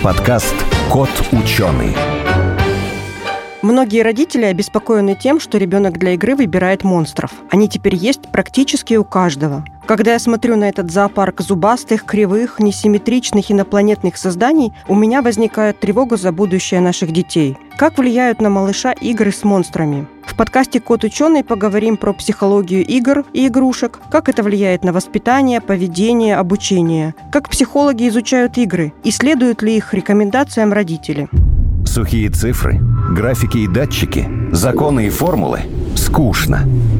Подкаст «Кот ученый». Многие родители обеспокоены тем, что ребенок для игры выбирает монстров. Они теперь есть практически у каждого. Когда я смотрю на этот зоопарк зубастых, кривых, несимметричных инопланетных созданий, у меня возникает тревога за будущее наших детей. Как влияют на малыша игры с монстрами? В подкасте «Кот ученый» поговорим про психологию игр и игрушек, как это влияет на воспитание, поведение, обучение, как психологи изучают игры и следуют ли их рекомендациям родители. Сухие цифры, графики и датчики, законы и формулы – скучно.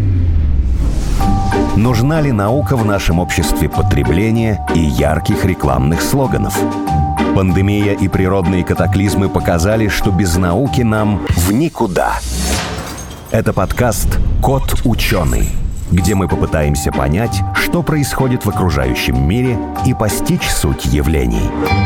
Нужна ли наука в нашем обществе потребления и ярких рекламных слоганов? Пандемия и природные катаклизмы показали, что без науки нам в никуда. Это подкаст «Кот ученый», где мы попытаемся понять, что происходит в окружающем мире и постичь суть явлений.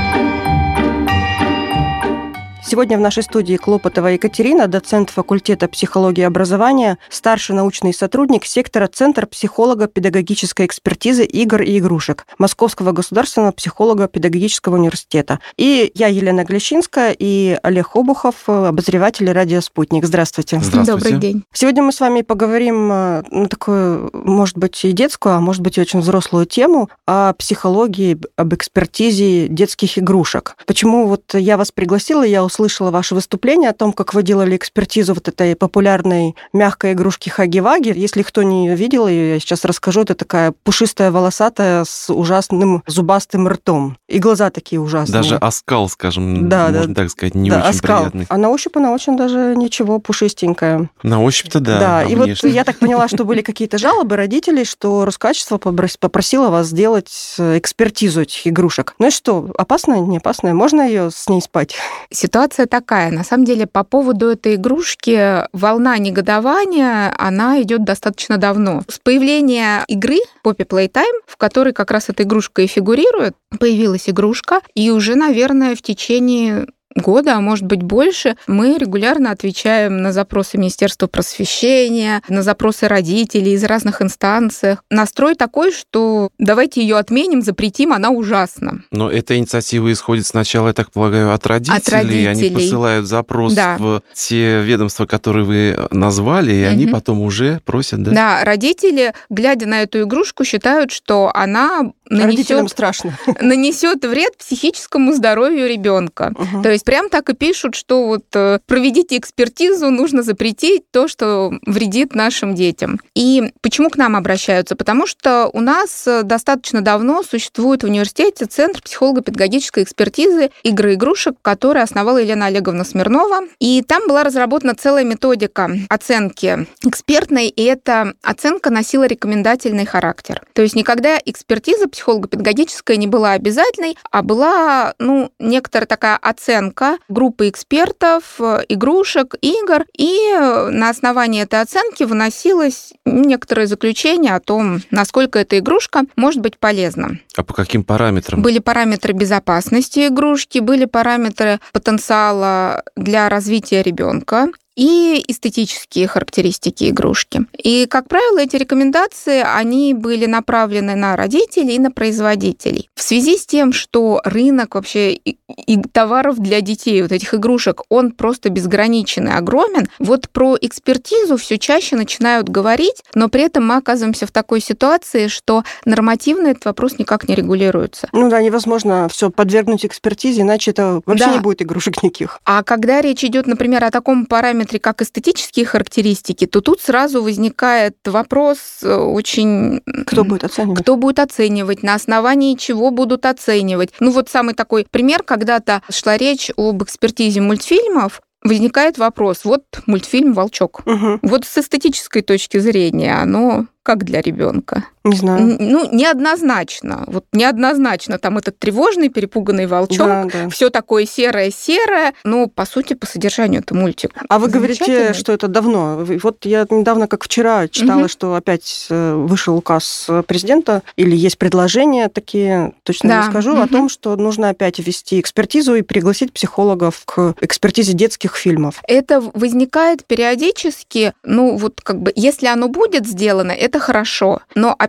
Сегодня в нашей студии Клопотова Екатерина, доцент факультета психологии и образования, старший научный сотрудник сектора Центр психолого-педагогической экспертизы игр и игрушек Московского государственного психолого-педагогического университета. И я, Елена Глещинская, и Олег Обухов, обозреватель радио «Спутник». Здравствуйте. Здравствуйте. Добрый день. Сегодня мы с вами поговорим на такую, может быть, и детскую, а может быть, и очень взрослую тему о психологии, об экспертизе детских игрушек. Почему вот я вас пригласила, я услышала ваше выступление о том, как вы делали экспертизу вот этой популярной мягкой игрушки Хаги-Ваги. Если кто не видел ее, я сейчас расскажу. Это такая пушистая, волосатая, с ужасным зубастым ртом. И глаза такие ужасные. Даже оскал, скажем, можно так сказать, не очень оскал. Приятный. А на ощупь она очень даже ничего, пушистенькая. На ощупь-то да. Да, и вот внешне. я так поняла, что были какие-то жалобы родителей, что Роскачество попросило вас сделать экспертизу этих игрушек. Ну и что, опасная, не опасная? Можно ее с ней спать? Ситуация такая. На самом деле, по поводу этой игрушки волна негодования, она идет достаточно давно. С появления игры Poppy Playtime, в которой как раз эта игрушка и фигурирует, появилась игрушка, и уже, наверное, в течение года, а может быть больше, мы регулярно отвечаем на запросы Министерства просвещения, на запросы родителей из разных инстанций. Настрой такой, что давайте ее отменим, запретим, она ужасна. Но эта инициатива исходит сначала, я так полагаю, от родителей. От родителей. Они посылают запрос да. в те ведомства, которые вы назвали, и они потом уже просят, да? Да, родители, глядя на эту игрушку, считают, что она Родителям страшно. нанесет вред психическому здоровью ребенка. То есть прям так и пишут, что вот проведите экспертизу, нужно запретить то, что вредит нашим детям. И почему к нам обращаются? Потому что у нас достаточно давно существует в университете Центр психолого-педагогической экспертизы игр и игрушек, который основала Елена Олеговна Смирнова. И там была разработана целая методика оценки экспертной, и эта оценка носила рекомендательный характер. То есть никогда экспертиза психолого-педагогическая не была обязательной, а была, некоторая такая оценка группы экспертов, игрушек, игр, и на основании этой оценки выносилось некоторое заключение о том, насколько эта игрушка может быть полезна. А по каким параметрам? Были параметры безопасности игрушки, были параметры потенциала для развития ребенка и эстетические характеристики игрушки. И, как правило, эти рекомендации, они были направлены на родителей и на производителей. В связи с тем, что рынок вообще и товаров для детей, вот этих игрушек, он просто безграничен и огромен, вот про экспертизу все чаще начинают говорить, но при этом мы оказываемся в такой ситуации, что нормативно этот вопрос никак не регулируется. Невозможно все подвергнуть экспертизе, иначе это вообще не будет игрушек никаких. А когда речь идет, например, о таком параметре, как эстетические характеристики, то тут сразу возникает вопрос очень... Кто будет оценивать? Кто будет оценивать, на основании чего будут оценивать. Самый такой пример, когда-то шла речь об экспертизе мультфильмов, возникает вопрос, вот мультфильм «Волчок». Вот с эстетической точки зрения оно как для ребенка? Не знаю. Неоднозначно. Вот неоднозначно. Там этот тревожный, перепуганный волчок, все такое серое-серое, но, по сути, по содержанию это мультик. А вы говорите, что это давно. Вот я недавно, как вчера, читала, что опять вышел указ президента, или есть предложения такие, точно не скажу, о том, что нужно опять ввести экспертизу и пригласить психологов к экспертизе детских фильмов. Это возникает периодически, если оно будет сделано, это хорошо. Но, опять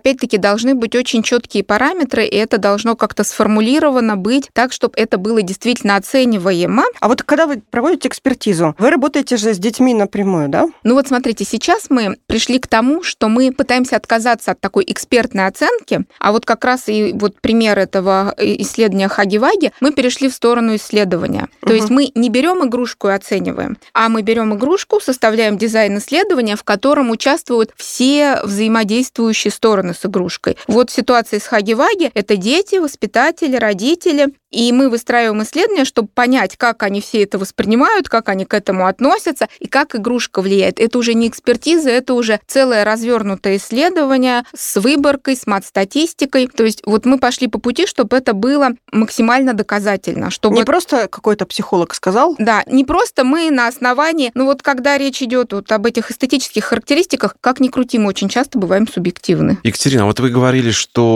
опять-таки, должны быть очень четкие параметры, и это должно как-то сформулировано быть так, чтобы это было действительно оцениваемо. А вот когда вы проводите экспертизу, вы работаете же с детьми напрямую, да? Ну вот смотрите, сейчас мы пришли к тому, что мы пытаемся отказаться от такой экспертной оценки, а вот как раз и вот пример этого исследования Хаги-Ваги, мы перешли в сторону исследования. То есть мы не берем игрушку и оцениваем, а мы берем игрушку, составляем дизайн исследования, в котором участвуют все взаимодействующие стороны с игрушкой. Вот ситуация с Хаги-Ваги — это дети, воспитатели, родители, и мы выстраиваем исследования, чтобы понять, как они все это воспринимают, как они к этому относятся и как игрушка влияет. Это уже не экспертиза, это уже целое развернутое исследование с выборкой, с мат-статистикой. То есть вот мы пошли по пути, чтобы это было максимально доказательно. Чтобы... Не просто какой-то психолог сказал? Да, не просто мы на основании... Ну вот когда речь идет вот об этих эстетических характеристиках, как ни крути, мы очень часто бываем субъективны. Екатерина, вот вы говорили,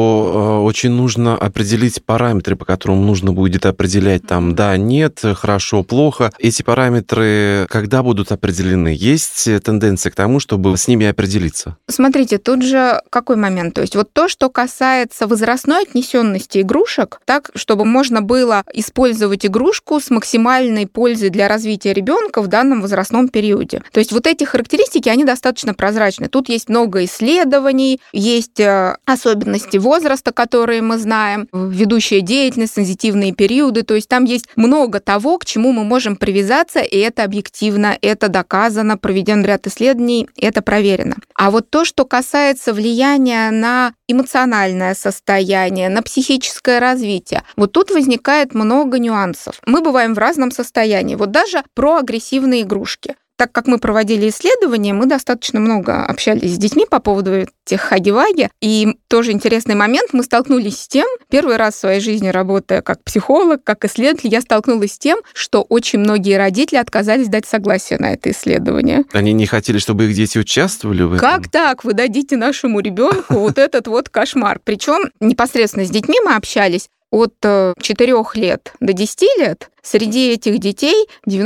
что очень нужно определить параметры, по которым нужно будет определять там да, нет, хорошо, плохо. Эти параметры когда будут определены? Есть тенденция к тому, чтобы с ними определиться? Смотрите, тут же какой момент? То есть вот то, что касается возрастной отнесенности игрушек, так, чтобы можно было использовать игрушку с максимальной пользой для развития ребенка в данном возрастном периоде. То есть вот эти характеристики, они достаточно прозрачны. Тут есть много исследований, есть особенности возраста, которые мы знаем, ведущая деятельность, сензитивные периоды, то есть там есть много того, к чему мы можем привязаться, и это объективно, это доказано, проведен ряд исследований, это проверено. А вот то, что касается влияния на эмоциональное состояние, на психическое развитие, вот тут возникает много нюансов. Мы бываем в разном состоянии. Вот даже про агрессивные игрушки. Так как мы проводили исследования, мы достаточно много общались с детьми по поводу этих хаги-ваги. И тоже интересный момент, мы столкнулись с тем, первый раз в своей жизни работая как психолог, как исследователь, я столкнулась с тем, что очень многие родители отказались дать согласие на это исследование. Они не хотели, чтобы их дети участвовали в этом? Как так? Вы дадите нашему ребенку вот этот вот кошмар. Причем непосредственно с детьми мы общались от 4 лет до 10 лет. Среди этих детей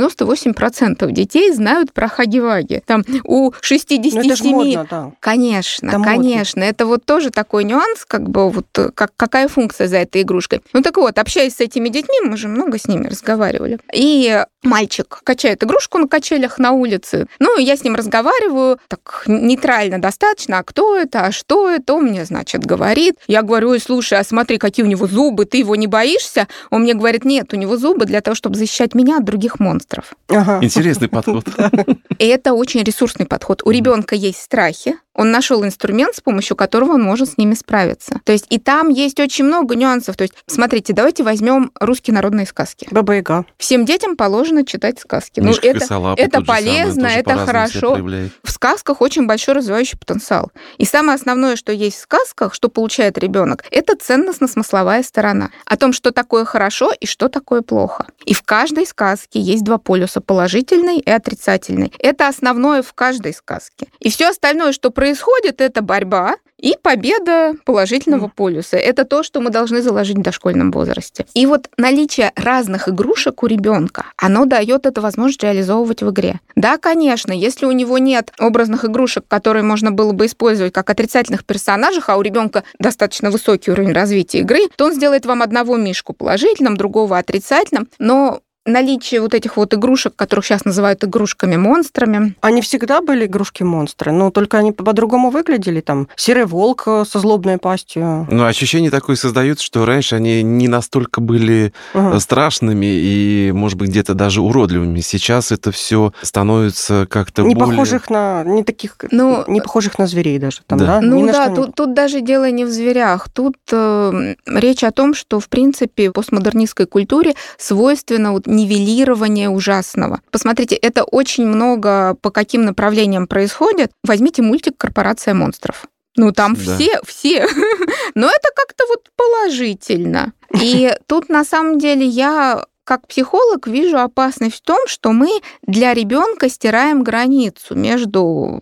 98% детей знают про хаги-ваги. Там у 67... Ну, это же модно, да. Конечно, это конечно. Модно. Это вот тоже такой нюанс, как бы вот какая функция за этой игрушкой. Ну так вот, общаясь с этими детьми, мы же много с ними разговаривали. И мальчик качает игрушку на качелях на улице. Ну, я с ним разговариваю так нейтрально достаточно. А кто это? А что это? Он мне, значит, говорит. Я говорю: ой, слушай, а смотри, какие у него зубы, ты его не боишься? Он мне говорит: нет, у него зубы для того, чтобы защищать меня от других монстров. Ага. Интересный подход. И это очень ресурсный подход. У ребенка есть страхи, он нашел инструмент, с помощью которого он может с ними справиться. То есть и там есть очень много нюансов. То есть, смотрите, давайте возьмем русские народные сказки. Баба-Яга. Всем детям положено читать сказки. Мишка Ну, Косолапый это тот же самый, полезно, тоже это по-разному себя хорошо. проявляет. В сказках очень большой развивающий потенциал. И самое основное, что есть в сказках, что получает ребенок, это ценностно-смысловая сторона. О том, что такое хорошо и что такое плохо. И в каждой сказке есть два полюса: положительный и отрицательный. Это основное в каждой сказке. И все остальное, что происходит, это борьба и победа положительного полюса. Это то, что мы должны заложить в дошкольном возрасте. И вот наличие разных игрушек у ребенка, оно дает эту возможность реализовывать в игре. Да, конечно, если у него нет образных игрушек, которые можно было бы использовать как отрицательных персонажей, а у ребенка достаточно высокий уровень развития игры, то он сделает вам одного мишку положительным, другого отрицательным, но наличие вот этих вот игрушек, которых сейчас называют игрушками-монстрами. Они всегда были игрушки-монстры, но только они по-другому выглядели. Там серый волк со злобной пастью. Но ощущение такое создается, что раньше они не настолько были страшными и, может быть, где-то даже уродливыми. Сейчас это все становится как-то не более... похожих на... Не таких... Не похожих на зверей даже. Там, да. Ну да, тут даже дело не в зверях. Тут речь о том, что, в принципе, постмодернистской культуре свойственно вот нивелирование ужасного. Посмотрите, это очень много по каким направлениям происходит. Возьмите мультик «Корпорация монстров». Ну, там все. Но это как-то вот положительно. И тут, на самом деле, я как психолог вижу опасность в том, что мы для ребенка стираем границу между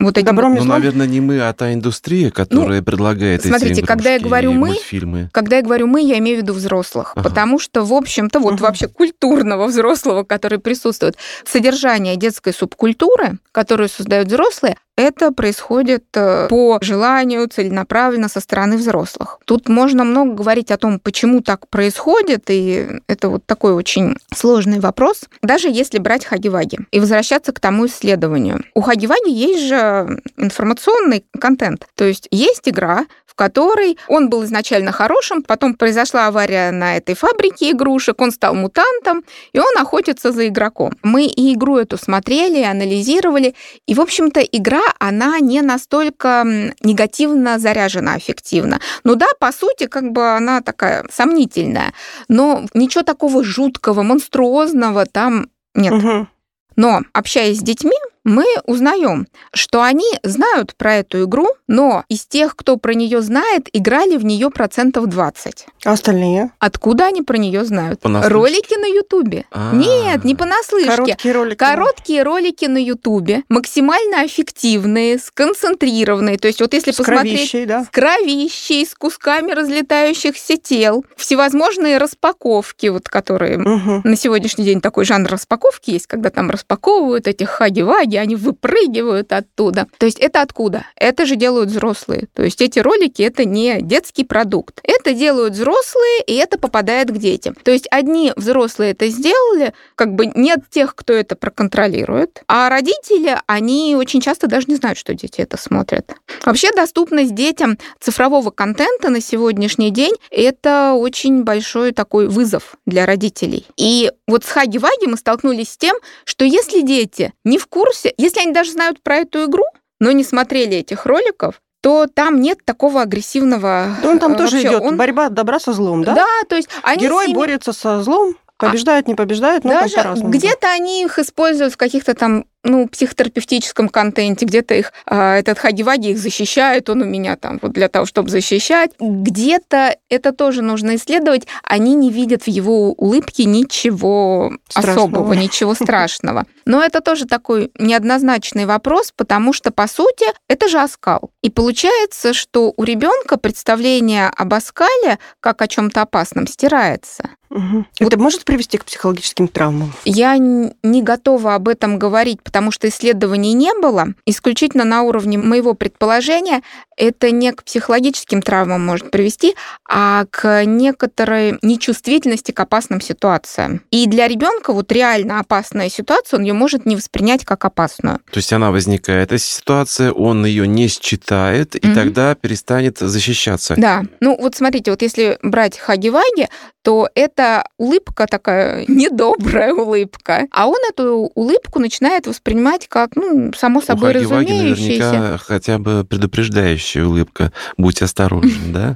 вот этим. Добром и Ну, злом? наверное, не мы, а та индустрия, которая предлагает эти смотрите, игрушки когда я говорю и «мы», мультфильмы. Когда я говорю «мы», я имею в виду взрослых, потому что, в общем-то, вот вообще культурного взрослого, который присутствует, содержание детской субкультуры, которую создают взрослые, это происходит по желанию, целенаправленно со стороны взрослых. Тут можно много говорить о том, почему так происходит, и это вот такой очень сложный вопрос. Даже если брать Хаги-Ваги и возвращаться к тому исследованию. У Хаги-Ваги есть же информационный контент, то есть есть игра, в которой он был изначально хорошим, потом произошла авария на этой фабрике игрушек, он стал мутантом, и он охотится за игроком. Мы и игру эту смотрели, анализировали, и, в общем-то, игра, она не настолько негативно заряжена аффективно. Ну да, по сути, как бы она такая сомнительная, но ничего такого жуткого, монструозного там нет. Но, общаясь с детьми, мы узнаем, что они знают про эту игру, но из тех, кто про нее знает, играли в нее 20%. А остальные? Откуда они про нее знают? Ролики на Ютубе. Нет, не понаслышке. Короткие ролики на Ютубе, максимально эффективные, сконцентрированные. То есть вот если посмотреть... С кровищей, с кусками разлетающихся тел, всевозможные распаковки, вот которые на сегодняшний день такой жанр распаковки есть, когда там распаковывают этих хаги-ваги, они выпрыгивают оттуда. То есть это откуда? Это же делают взрослые. То есть эти ролики — это не детский продукт. Это делают взрослые, и это попадает к детям. То есть одни взрослые это сделали, как бы нет тех, кто это проконтролирует, а родители, они очень часто даже не знают, что дети это смотрят. Вообще доступность детям цифрового контента на сегодняшний день — это очень большой такой вызов для родителей. И вот с Хаги-Ваги мы столкнулись с тем, что если дети не в курсе, если они даже знают про эту игру, но не смотрели этих роликов, то там нет такого агрессивного... Да, там тоже идет борьба добра со злом, да? Да, то есть они герой борется со злом, побеждает, не побеждает, но даже там по-разному. Где-то они их используют в каких-то там психотерапевтическом контенте, где-то их этот Хаги-Ваги их защищает, он у меня там вот для того, чтобы защищать. Где-то это тоже нужно исследовать. Они не видят в его улыбке ничего особого, ничего страшного. Но это тоже такой неоднозначный вопрос, потому что, по сути, это же оскал. И получается, что у ребенка представление об оскале как о чем-то опасном стирается. Это может привести к психологическим травмам? Я не готова об этом говорить, потому что исследований не было. Исключительно на уровне моего предположения это не к психологическим травмам может привести, а к некоторой нечувствительности к опасным ситуациям. И для ребенка вот реально опасная ситуация, он ее может не воспринять как опасную. То есть она возникает, эта ситуация, он ее не считает, и тогда перестанет защищаться. Да. Ну вот смотрите, вот если брать Хаги-Ваги, то это улыбка такая недобрая улыбка, а он эту улыбку начинает воспринимать как, само собой разумеющееся. Наверняка хотя бы предупреждающая улыбка. Будь осторожен, да?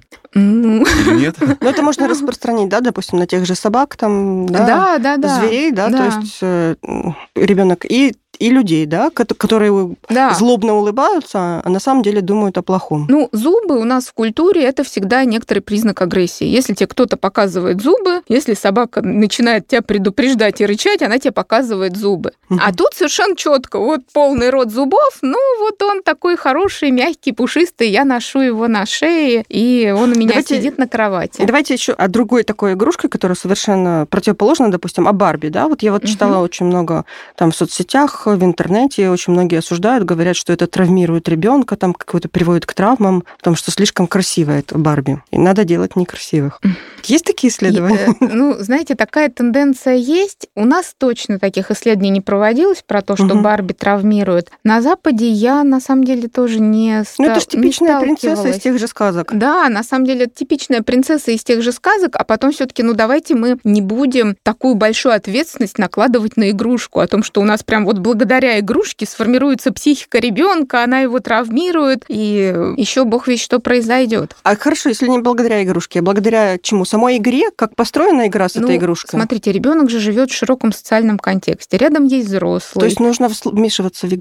Или нет? Ну, это можно распространить, да, допустим, на тех же собак, там, да, зверей, да, то есть ребенок и людей, да, которые злобно улыбаются, а на самом деле думают о плохом. Зубы у нас в культуре — это всегда некоторый признак агрессии. Если тебе кто-то показывает зубы, если собака начинает тебя предупреждать и рычать, она тебе показывает зубы. А тут совершенно четко, вот полный рот зубов, вот он такой хороший, мягкий, пушистый, я ношу его на шее, и он у меня сидит на кровати. Давайте еще о другой такой игрушке, которая совершенно противоположна, допустим, о Барби, да, вот я вот читала очень много там в соцсетях, в интернете, очень многие осуждают, говорят, что это травмирует ребенка, там какой-то приводит к травмам, потому что слишком красивая эта Барби, и надо делать некрасивых. Есть такие исследования? Знаете, такая тенденция есть. У нас точно таких исследований не проводилось про то, что Барби травмирует. На Западе я, на самом деле, тоже не сталкивалась. Это же типичная принцесса из тех же сказок. Да, на самом деле, это типичная принцесса из тех же сказок, а потом все-таки, давайте мы не будем такую большую ответственность накладывать на игрушку, о том, что у нас прям вот благодаря игрушке сформируется психика ребенка, она его травмирует, и еще бог весть, что произойдет. А хорошо, если не благодаря игрушке, а благодаря чему? Самой игре? Как построена игра с этой игрушкой? Смотрите, ребенок же живет в широком социальном контексте. Рядом есть взрослый. То есть нужно вмешиваться в игру?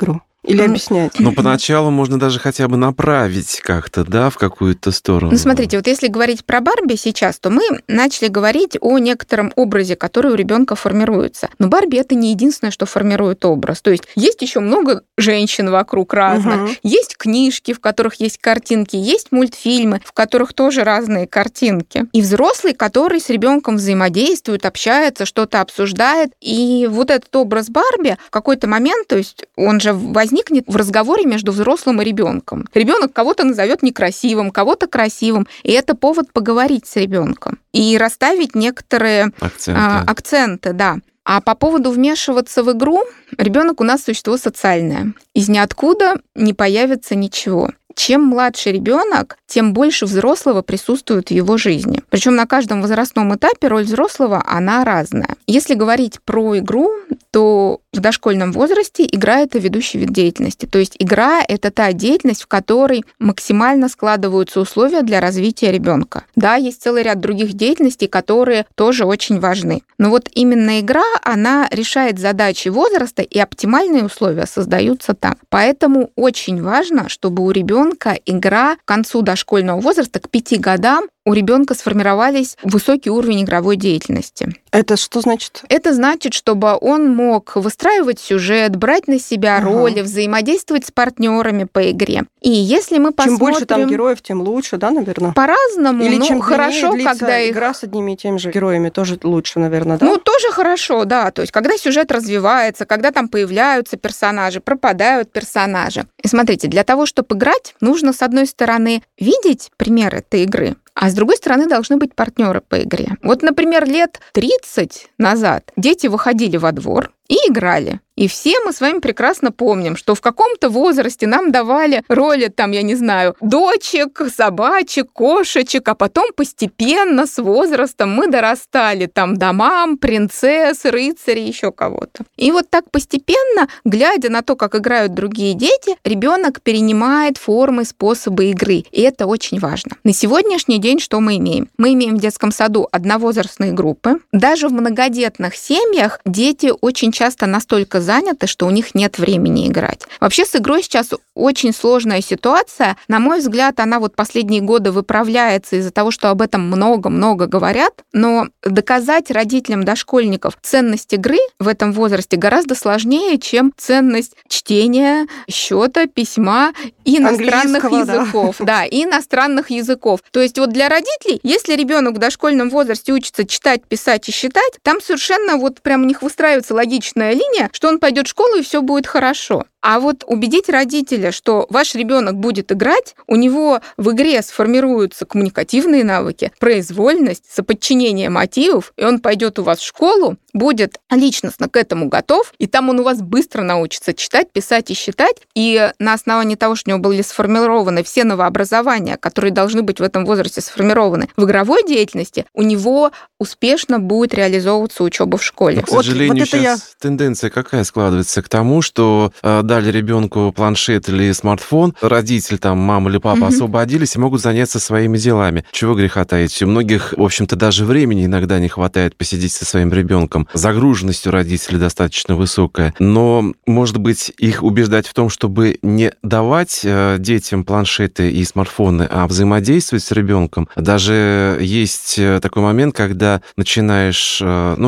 Или объяснять? Но поначалу можно даже хотя бы направить как-то, да, в какую-то сторону. Ну, смотрите, вот если говорить про Барби сейчас, то мы начали говорить о некотором образе, который у ребенка формируется. Но Барби — это не единственное, что формирует образ. То есть есть еще много женщин вокруг разных, есть книжки, в которых есть картинки, есть мультфильмы, в которых тоже разные картинки. И взрослый, который с ребенком взаимодействует, общается, что-то обсуждает. И вот этот образ Барби в какой-то момент, то есть он же возникнет в разговоре между взрослым и ребенком. Ребенок кого-то назовет некрасивым, кого-то красивым, и это повод поговорить с ребенком и расставить некоторые акценты, да. А по поводу вмешиваться в игру, ребенок у нас существо социальное. Из ниоткуда не появится ничего. Чем младше ребенок, тем больше взрослого присутствует в его жизни. Причем на каждом возрастном этапе роль взрослого, она разная. Если говорить про игру, то в дошкольном возрасте игра — это ведущий вид деятельности. То есть игра — это та деятельность, в которой максимально складываются условия для развития ребенка. Да, есть целый ряд других деятельностей, которые тоже очень важны. Но вот именно игра, она решает задачи возраста, и оптимальные условия создаются там. Поэтому очень важно, чтобы у ребенка игра к концу дошкольного возраста, к 5 годам, у ребенка сформировались высокий уровень игровой деятельности. Это что значит? Это значит, чтобы он мог выстраивать сюжет, брать на себя роли, взаимодействовать с партнерами по игре. И если мы посмотрим... Чем больше там героев, тем лучше, да, наверное? По-разному. Или чем хорошо, когда игра с одними и теми же героями, тоже лучше, наверное, да? Ну, тоже хорошо, да. То есть, когда сюжет развивается, когда там появляются персонажи, пропадают персонажи. И смотрите, для того, чтобы играть, нужно, с одной стороны, видеть пример этой игры, а с другой стороны, должны быть партнеры по игре. Вот, например, лет 30 назад дети выходили во двор и играли. И все мы с вами прекрасно помним, что в каком-то возрасте нам давали роли, там, я не знаю, дочек, собачек, кошечек, а потом постепенно с возрастом мы дорастали там до мам, принцесс, рыцарей, еще кого-то. И вот так постепенно, глядя на то, как играют другие дети, ребенок перенимает формы, способы игры. И это очень важно. На сегодняшний день что мы имеем? Мы имеем в детском саду одновозрастные группы. Даже в многодетных семьях дети очень часто настолько заняты, что у них нет времени играть. Вообще с игрой сейчас очень сложная ситуация. На мой взгляд, она вот последние годы выправляется из-за того, что об этом много-много говорят, но доказать родителям дошкольников ценность игры в этом возрасте гораздо сложнее, чем ценность чтения, счета, письма и иностранных языков. Да, и иностранных языков. То есть вот для родителей, если ребенок в дошкольном возрасте учится читать, писать и считать, там совершенно вот прям у них выстраивается логичная линия, что он пойдет в школу и все будет хорошо. А вот убедить родителя, что ваш ребенок будет играть, у него в игре сформируются коммуникативные навыки, произвольность, соподчинение мотивов, и он пойдет у вас в школу, будет личностно к этому готов, и там он у вас быстро научится читать, писать и считать, и на основании того, что у него были сформированы все новообразования, которые должны быть в этом возрасте сформированы в игровой деятельности, у него успешно будет реализовываться учеба в школе. Но, к сожалению, вот сейчас тенденция какая складывается к тому, что дали ребенку планшет или смартфон, родитель, там, мама или папа освободились и могут заняться своими делами. Чего греха таить? У многих, в общем-то, даже времени иногда не хватает посидеть со своим ребенком. Загруженность у родителей достаточно высокая. Но, может быть, их убеждать в том, чтобы не давать детям планшеты и смартфоны, а взаимодействовать с ребенком. Даже есть такой момент, когда начинаешь,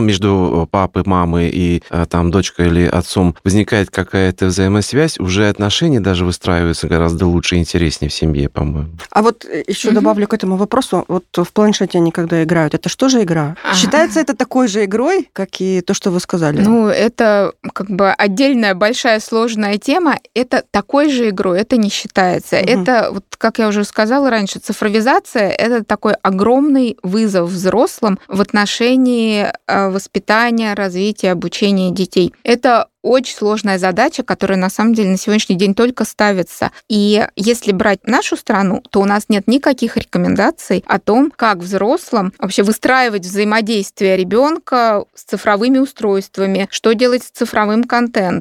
между папой, мамой и там дочкой или отцом возникает какая-то взаимосвязь, уже отношения даже выстраиваются гораздо лучше и интереснее в семье, по-моему. А вот еще добавлю к этому вопросу. Вот в планшете они когда играют, это что же игра? Считается это такой же игрой, как и то, что вы сказали? Ну, это как бы отдельная большая сложная тема. Это такой же игрой, это не считается. Это, вот, как я уже сказала раньше, цифровизация — это такой огромный вызов взрослым в отношении воспитания, развития, обучения детей. Это очень сложная задача, которая на самом деле на сегодняшний день только ставится. И если брать нашу страну, то у нас нет никаких рекомендаций о том, как взрослым вообще выстраивать взаимодействие ребенка с цифровыми устройствами, что делать с цифровым контентом.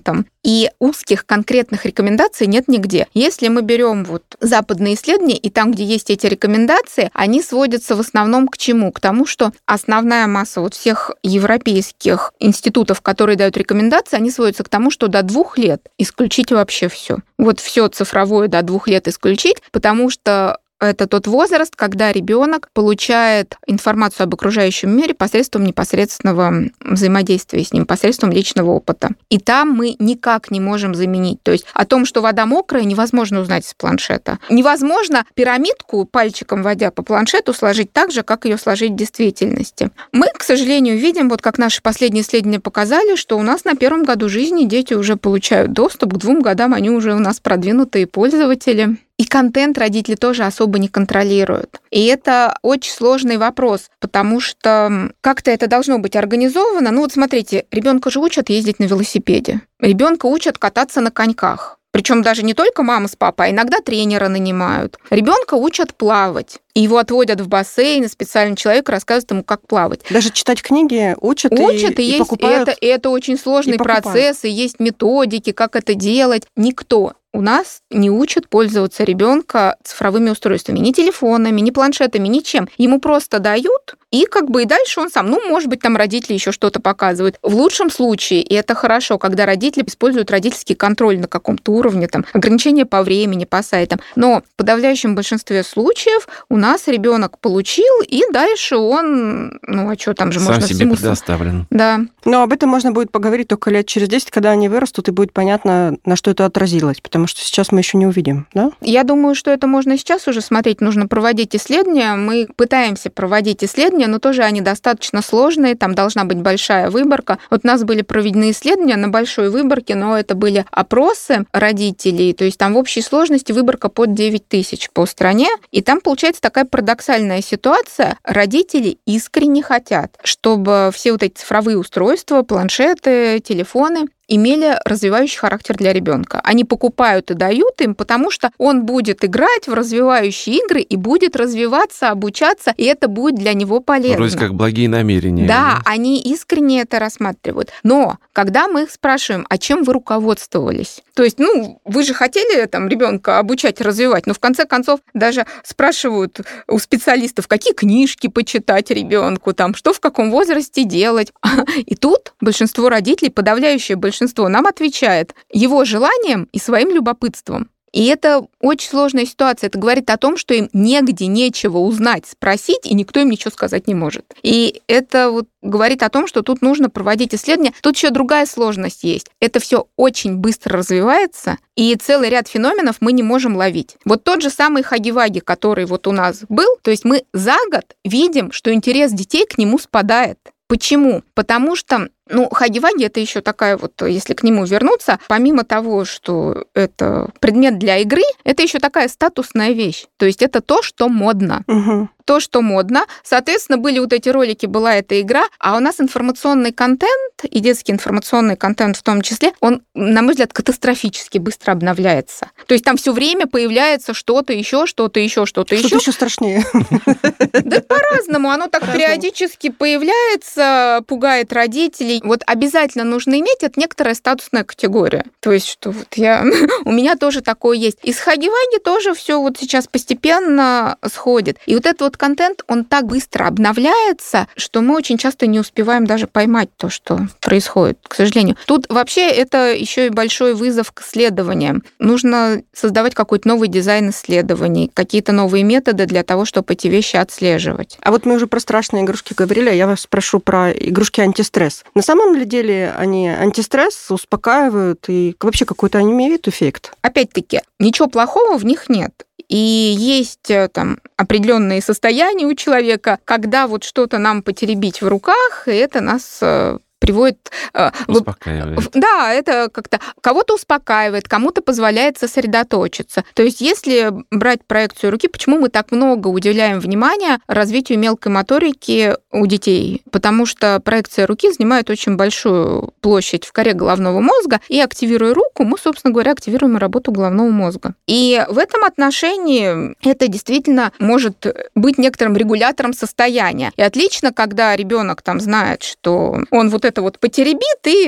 И узких конкретных рекомендаций нет нигде. Если мы берем вот западные исследования, и там, где есть эти рекомендации, они сводятся в основном к чему? К тому, что основная масса вот всех европейских институтов, которые дают рекомендации, они сводятся к тому, что до 2 лет исключить вообще все. Вот все цифровое до 2 лет исключить, потому что это тот возраст, когда ребенок получает информацию об окружающем мире посредством непосредственного взаимодействия с ним, посредством личного опыта. И там мы никак не можем заменить. То есть о том, что вода мокрая, невозможно узнать с планшета. Невозможно пирамидку, пальчиком водя по планшету, сложить так же, как ее сложить в действительности. Мы, к сожалению, видим, вот как наши последние исследования показали, что у нас на 1-м году жизни дети уже получают доступ, к 2 годам они уже у нас продвинутые пользователи. И контент родители тоже особо не контролируют. И это очень сложный вопрос, потому что как-то это должно быть организовано. Ну вот смотрите, ребенка же учат ездить на велосипеде. Ребенка учат кататься на коньках. Причем даже не только мама с папой, а иногда тренера нанимают. Ребенка учат плавать. И его отводят в бассейн, и специальный человек рассказывает ему, как плавать. Даже читать книги учат и есть, покупают. Это очень сложный процесс, и есть методики, как это делать. Никто у нас не учат пользоваться ребенка цифровыми устройствами, ни телефонами, ни планшетами, ничем. Ему просто дают, и как бы и дальше он сам, может быть, там родители еще что-то показывают. В лучшем случае, и это хорошо, когда родители используют родительский контроль на каком-то уровне, там, ограничения по времени, по сайтам. Но в подавляющем большинстве случаев у нас ребенок получил, и дальше он, а что там же сам можно себе предоставлен. Да. Но об этом можно будет поговорить только лет через 10, когда они вырастут, и будет понятно, на что это отразилось, потому что сейчас мы еще не увидим, да? Я думаю, что это можно сейчас уже смотреть, нужно проводить исследования. Мы пытаемся проводить исследования, но тоже они достаточно сложные, там должна быть большая выборка. Вот у нас были проведены исследования на большой выборке, но это были опросы родителей, то есть там в общей сложности выборка под 9 тысяч по стране, и там получается такая парадоксальная ситуация. Родители искренне хотят, чтобы все вот эти цифровые устройства, планшеты, телефоны имели развивающий характер для ребенка. Они покупают и дают им, потому что он будет играть в развивающие игры и будет развиваться, обучаться, и это будет для него полезно. Вроде как благие намерения. Да, они искренне это рассматривают. Но когда мы их спрашиваем, а чем вы руководствовались? То есть, вы же хотели там ребенка обучать, развивать, но в конце концов даже спрашивают у специалистов, какие книжки почитать ребенку, там, что в каком возрасте делать. И тут большинство родителей, подавляющее большинство, нам отвечает его желанием и своим любопытством. И это очень сложная ситуация. Это говорит о том, что им негде, нечего узнать, спросить, и никто им ничего сказать не может. И это вот говорит о том, что тут нужно проводить исследования. Тут еще другая сложность есть. Это все очень быстро развивается, и целый ряд феноменов мы не можем ловить. Вот тот же самый хаги-ваги, который вот у нас был, то есть мы за год видим, что интерес детей к нему спадает. Почему? Потому что хаги-ваги — это еще такая вот, если к нему вернуться, помимо того, что это предмет для игры, это еще такая статусная вещь. То есть это то, что модно. Угу. То, что модно. Соответственно, были вот эти ролики, была эта игра, а у нас информационный контент, и детский информационный контент в том числе, он, на мой взгляд, катастрофически быстро обновляется. То есть там все время появляется что-то еще. Что-то еще страшнее. Да по-разному. Оно так периодически появляется, пугает родителей. Вот обязательно нужно иметь, это некоторая статусная категория. То есть, что вот у меня тоже такое есть. И с хаги-ваги тоже все вот сейчас постепенно сходит. И вот этот вот контент, он так быстро обновляется, что мы очень часто не успеваем даже поймать то, что происходит, к сожалению. Тут вообще это еще и большой вызов к исследованиям. Нужно создавать какой-то новый дизайн исследований, какие-то новые методы для того, чтобы эти вещи отслеживать. А вот мы уже про страшные игрушки говорили, а я вас спрошу про игрушки антистресс. На самом ли деле они антистресс, успокаивают, и вообще какой-то они имеют эффект? Опять-таки, ничего плохого в них нет. И есть там определенные состояния у человека, когда вот что-то нам потеребить в руках, и это нас приводит... Успокаивает. Да, это как-то кого-то успокаивает, кому-то позволяет сосредоточиться. То есть если брать проекцию руки, почему мы так много уделяем внимания развитию мелкой моторики у детей? Потому что проекция руки занимает очень большую площадь в коре головного мозга, и активируя руку, мы, собственно говоря, активируем работу головного мозга. И в этом отношении это действительно может быть некоторым регулятором состояния. И отлично, когда ребенок там знает, что он вот это вот потеребит, и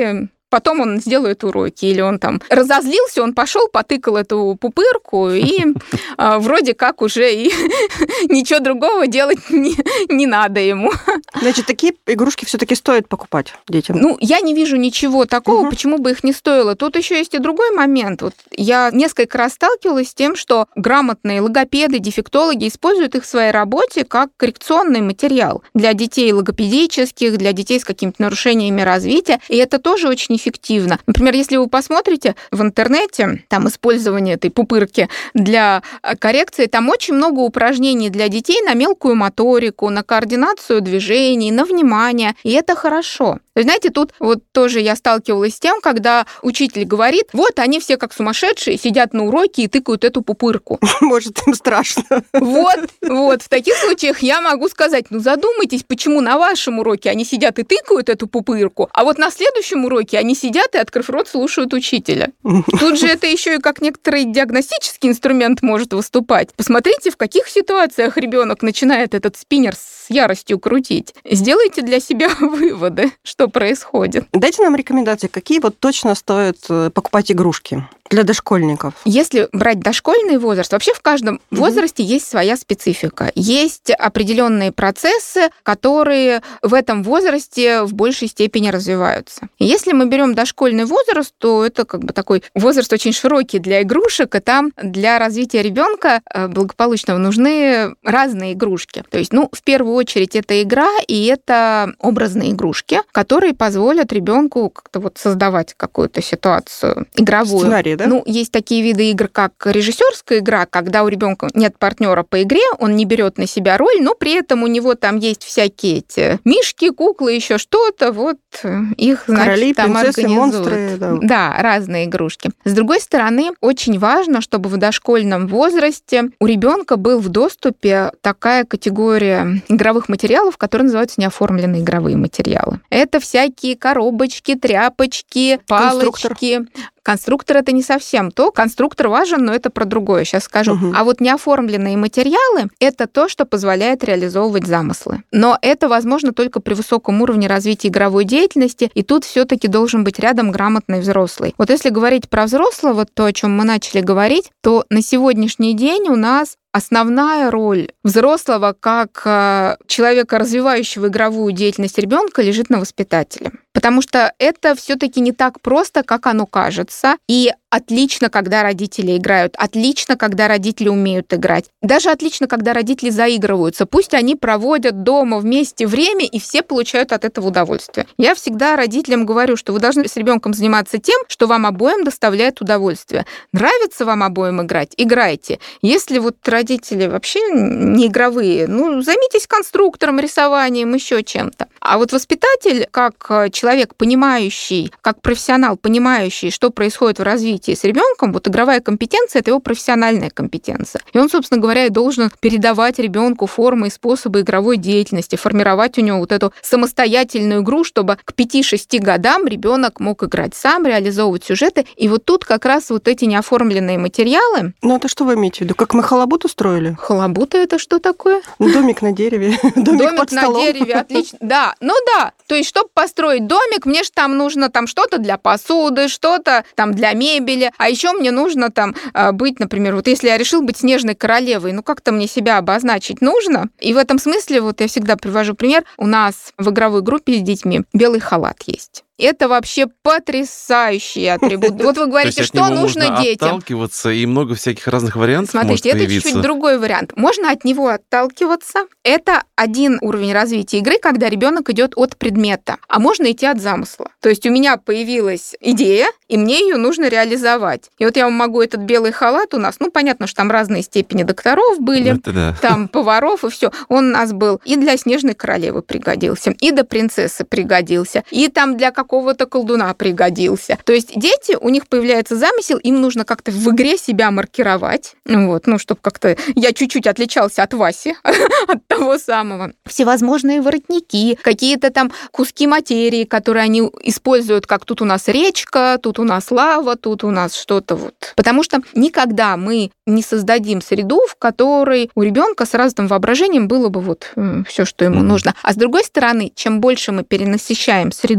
потом он сделает уроки. Или он там разозлился, он пошел, потыкал эту пупырку, и вроде как уже и ничего другого делать не надо ему. Значит, такие игрушки все-таки стоит покупать детям? Ну, я не вижу ничего такого, почему бы их не стоило. Тут еще есть и другой момент. Вот я несколько раз сталкивалась с тем, что грамотные логопеды, дефектологи используют их в своей работе как коррекционный материал для детей логопедических, для детей с какими-то нарушениями развития, и это тоже очень эффективно. Например, если вы посмотрите в интернете, там использование этой пупырки для коррекции, там очень много упражнений для детей на мелкую моторику, на координацию движений, на внимание, и это хорошо. То есть, знаете, тут вот тоже я сталкивалась с тем, когда учитель говорит, вот они все как сумасшедшие сидят на уроке и тыкают эту пупырку. Может, им страшно. Вот. В таких случаях я могу сказать, ну задумайтесь, почему на вашем уроке они сидят и тыкают эту пупырку, а вот на следующем уроке они сидят и, открыв рот, слушают учителя. Тут же это еще и как некоторый диагностический инструмент может выступать. Посмотрите, в каких ситуациях ребенок начинает этот спиннер с яростью крутить. Сделайте для себя выводы, что происходит. Дайте нам рекомендации, какие вот точно стоит покупать игрушки для дошкольников. Если брать дошкольный возраст, вообще в каждом возрасте есть своя специфика. Есть определенные процессы, которые в этом возрасте в большей степени развиваются. И если мы берем дошкольный возраст, то это как бы такой возраст очень широкий для игрушек, и там для развития ребенка благополучного нужны разные игрушки. То есть, в первую очередь, это игра, и это образные игрушки, которые позволят ребенку как-то вот создавать какую-то ситуацию игровую. Сценарий, да? Есть такие виды игр, как режиссерская игра, когда у ребенка нет партнера по игре, он не берет на себя роль, но при этом у него там есть всякие эти мишки, куклы, еще что-то, вот их, короли, там принцессы, организуют. монстры. Да, разные игрушки. С другой стороны, очень важно, чтобы в дошкольном возрасте у ребенка был в доступе такая категория игровых материалов, которые называются неоформленные игровые материалы. Это всякие коробочки, тряпочки, палочки. Конструктор — это не совсем то. Конструктор важен, но это про другое, сейчас скажу. А вот неоформленные материалы — это то, что позволяет реализовывать замыслы. Но это возможно только при высоком уровне развития игровой деятельности, и тут все-таки должен быть рядом грамотный взрослый. Вот если говорить про взрослого, то, о чем мы начали говорить, то на сегодняшний день у нас основная роль взрослого как человека, развивающего игровую деятельность ребенка, лежит на воспитателе. Потому что это все-таки не так просто, как оно кажется. И отлично, когда родители играют, отлично, когда родители умеют играть. Даже отлично, когда родители заигрываются. Пусть они проводят дома вместе время, и все получают от этого удовольствие. Я всегда родителям говорю, что вы должны с ребенком заниматься тем, что вам обоим доставляет удовольствие. Нравится вам обоим играть? Играйте. Если вот родители вообще не игровые, займитесь конструктором, рисованием, еще чем-то. А вот воспитатель, как человек, понимающий, как профессионал, понимающий, что происходит в развитии с ребенком, вот игровая компетенция — это его профессиональная компетенция. И он, собственно говоря, и должен передавать ребенку формы и способы игровой деятельности, формировать у него вот эту самостоятельную игру, чтобы к 5-6 годам ребенок мог играть сам, реализовывать сюжеты. И вот тут как раз вот эти неоформленные материалы. Это что вы имеете в виду? Как мы халабут устроили? Халабута — это что такое? Домик на дереве. Домик под столом. На дереве, отлично. Да, то есть, чтобы построить домик, мне же там нужно что-то для посуды, что-то там для мебели, а еще мне нужно быть, например, вот если я решил быть снежной королевой, как-то мне себя обозначить нужно. И в этом смысле, вот я всегда привожу пример, у нас в игровой группе с детьми белый халат есть. Это вообще потрясающий атрибут. Вот вы говорите, что нужно детям. Отталкиваться, и много всяких разных вариантов. Смотрите, это чуть-чуть другой вариант. Можно от него отталкиваться. Это один уровень развития игры, когда ребенок идет от предмета, а можно идти от замысла. То есть у меня появилась идея, и мне ее нужно реализовать. И вот я вам могу этот белый халат у нас, понятно, что там разные степени докторов были, там поваров и все. Он у нас был и для снежной королевы пригодился, и для принцессы пригодился, и там для какого-то колдуна пригодился. То есть дети, у них появляется замысел, им нужно как-то в игре себя маркировать, чтобы как-то я чуть-чуть отличался от Васи, от того самого. Всевозможные воротники, какие-то там куски материи, которые они используют, как тут у нас речка, тут у нас лава, тут у нас что-то вот. Потому что никогда мы не создадим среду, в которой у ребенка с развитым воображением было бы все, что ему нужно. А с другой стороны, чем больше мы перенасыщаем среду,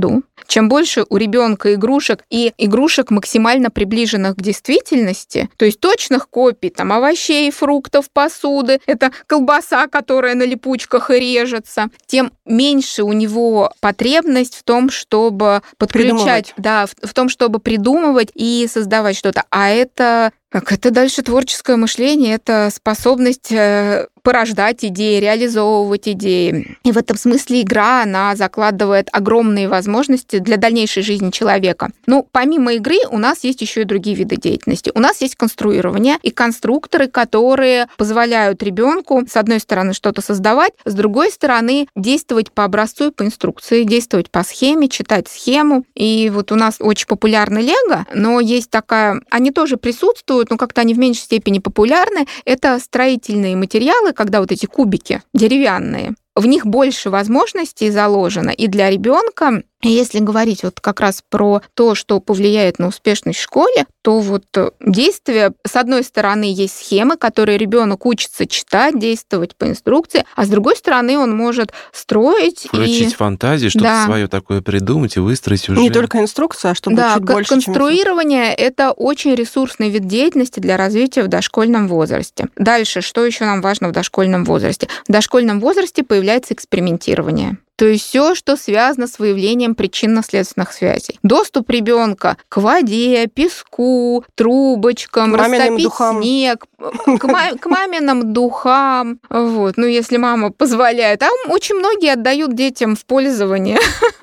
Чем больше у ребенка игрушек и игрушек максимально приближенных к действительности, то есть точных копий там, овощей, фруктов, посуды, это колбаса, которая на липучках и режется, тем меньше у него потребность в том, чтобы подключать, в том, чтобы придумывать и создавать что-то. А это дальше творческое мышление, это способность порождать идеи, реализовывать идеи. И в этом смысле игра, она закладывает огромные возможности для дальнейшей жизни человека. Но помимо игры у нас есть еще и другие виды деятельности. У нас есть конструирование и конструкторы, которые позволяют ребенку, с одной стороны, что-то создавать, с другой стороны, действовать по образцу и по инструкции, действовать по схеме, читать схему. И вот у нас очень популярны Лего, но есть такая... Они тоже присутствуют, но как-то они в меньшей степени популярны. Это строительные материалы, когда вот эти кубики деревянные, в них больше возможностей заложено и для ребенка. Если говорить вот как раз про то, что повлияет на успешность в школе, то вот действия, с одной стороны, есть схемы, которые ребенок учится читать, действовать по инструкции, а с другой стороны, он может строить включить фантазию, что-то свое такое придумать и выстроить уже. Не только инструкция, а чтобы чуть больше, конструирование — это очень ресурсный вид деятельности для развития в дошкольном возрасте. Дальше, что еще нам важно в дошкольном возрасте? В дошкольном возрасте появляется экспериментирование. То есть все, что связано с выявлением причинно-следственных связей. Доступ ребенка к воде, песку, трубочкам, растопить снег, к маминым духам. Вот. Ну, если мама позволяет. А очень многие отдают детям в пользование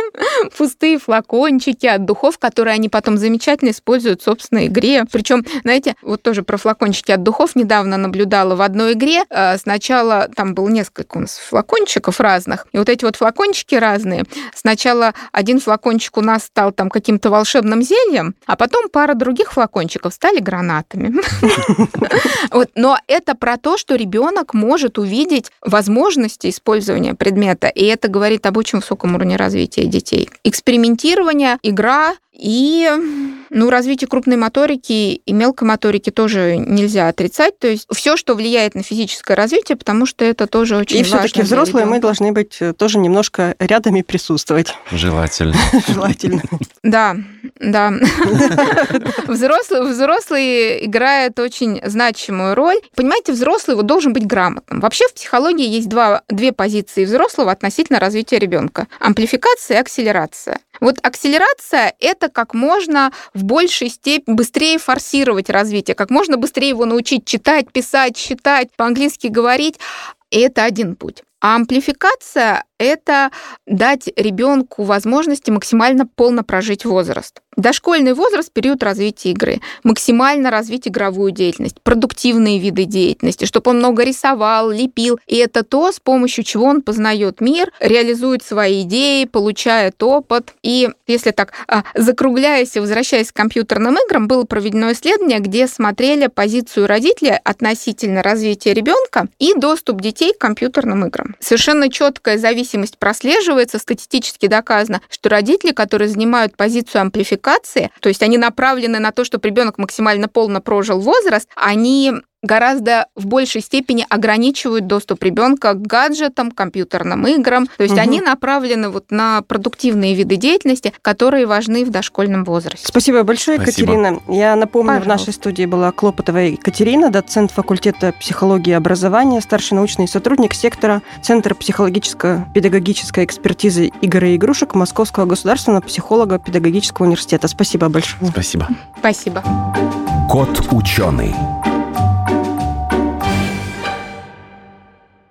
пустые флакончики от духов, которые они потом замечательно используют в собственной игре. Причем, знаете, вот тоже про флакончики от духов недавно наблюдала в одной игре. Сначала там было несколько у нас флакончиков разных, и вот эти вот флакончики разные. Сначала один флакончик у нас стал там каким-то волшебным зельем, а потом пара других флакончиков стали гранатами. Но это про то, что ребенок может увидеть возможности использования предмета, и это говорит об очень высоком уровне развития детей. Экспериментирование, игра и развитие крупной моторики и мелкой моторики тоже нельзя отрицать. То есть все, что влияет на физическое развитие, потому что это тоже очень важно. И все-таки взрослые мы должны быть тоже немножко рядом и присутствовать. Желательно. Желательно. Да. Взрослый играет очень значимую роль. Понимаете, взрослый должен быть грамотным. Вообще в психологии есть две позиции взрослого относительно развития ребенка: амплификация и акселерация. Вот акселерация — это как можно в большей степени быстрее форсировать развитие, как можно быстрее его научить читать, писать, считать, по-английски говорить. И это один путь. А амплификация — это дать ребенку возможности максимально полно прожить возраст. Дошкольный возраст — период развития игры. Максимально развить игровую деятельность, продуктивные виды деятельности, чтобы он много рисовал, лепил. И это то, с помощью чего он познает мир, реализует свои идеи, получает опыт. И если так, закругляясь и возвращаясь к компьютерным играм, было проведено исследование, где смотрели позицию родителей относительно развития ребенка и доступ детей к компьютерным играм. Совершенно четкая зависимость прослеживается, статистически доказано, что родители, которые занимают позицию амплификации, то есть они направлены на то, чтобы ребенок максимально полно прожил возраст, они гораздо в большей степени ограничивают доступ ребенка к гаджетам, компьютерным играм. То есть они направлены вот на продуктивные виды деятельности, которые важны в дошкольном возрасте. Спасибо большое, Екатерина. Я напомню, в нашей студии была Клопотова Екатерина, доцент факультета психологии и образования, старший научный сотрудник сектора Центра психологическо-педагогической экспертизы игр и игрушек Московского государственного психолого-педагогического университета. Спасибо большое. Спасибо. Спасибо. Кот ученый.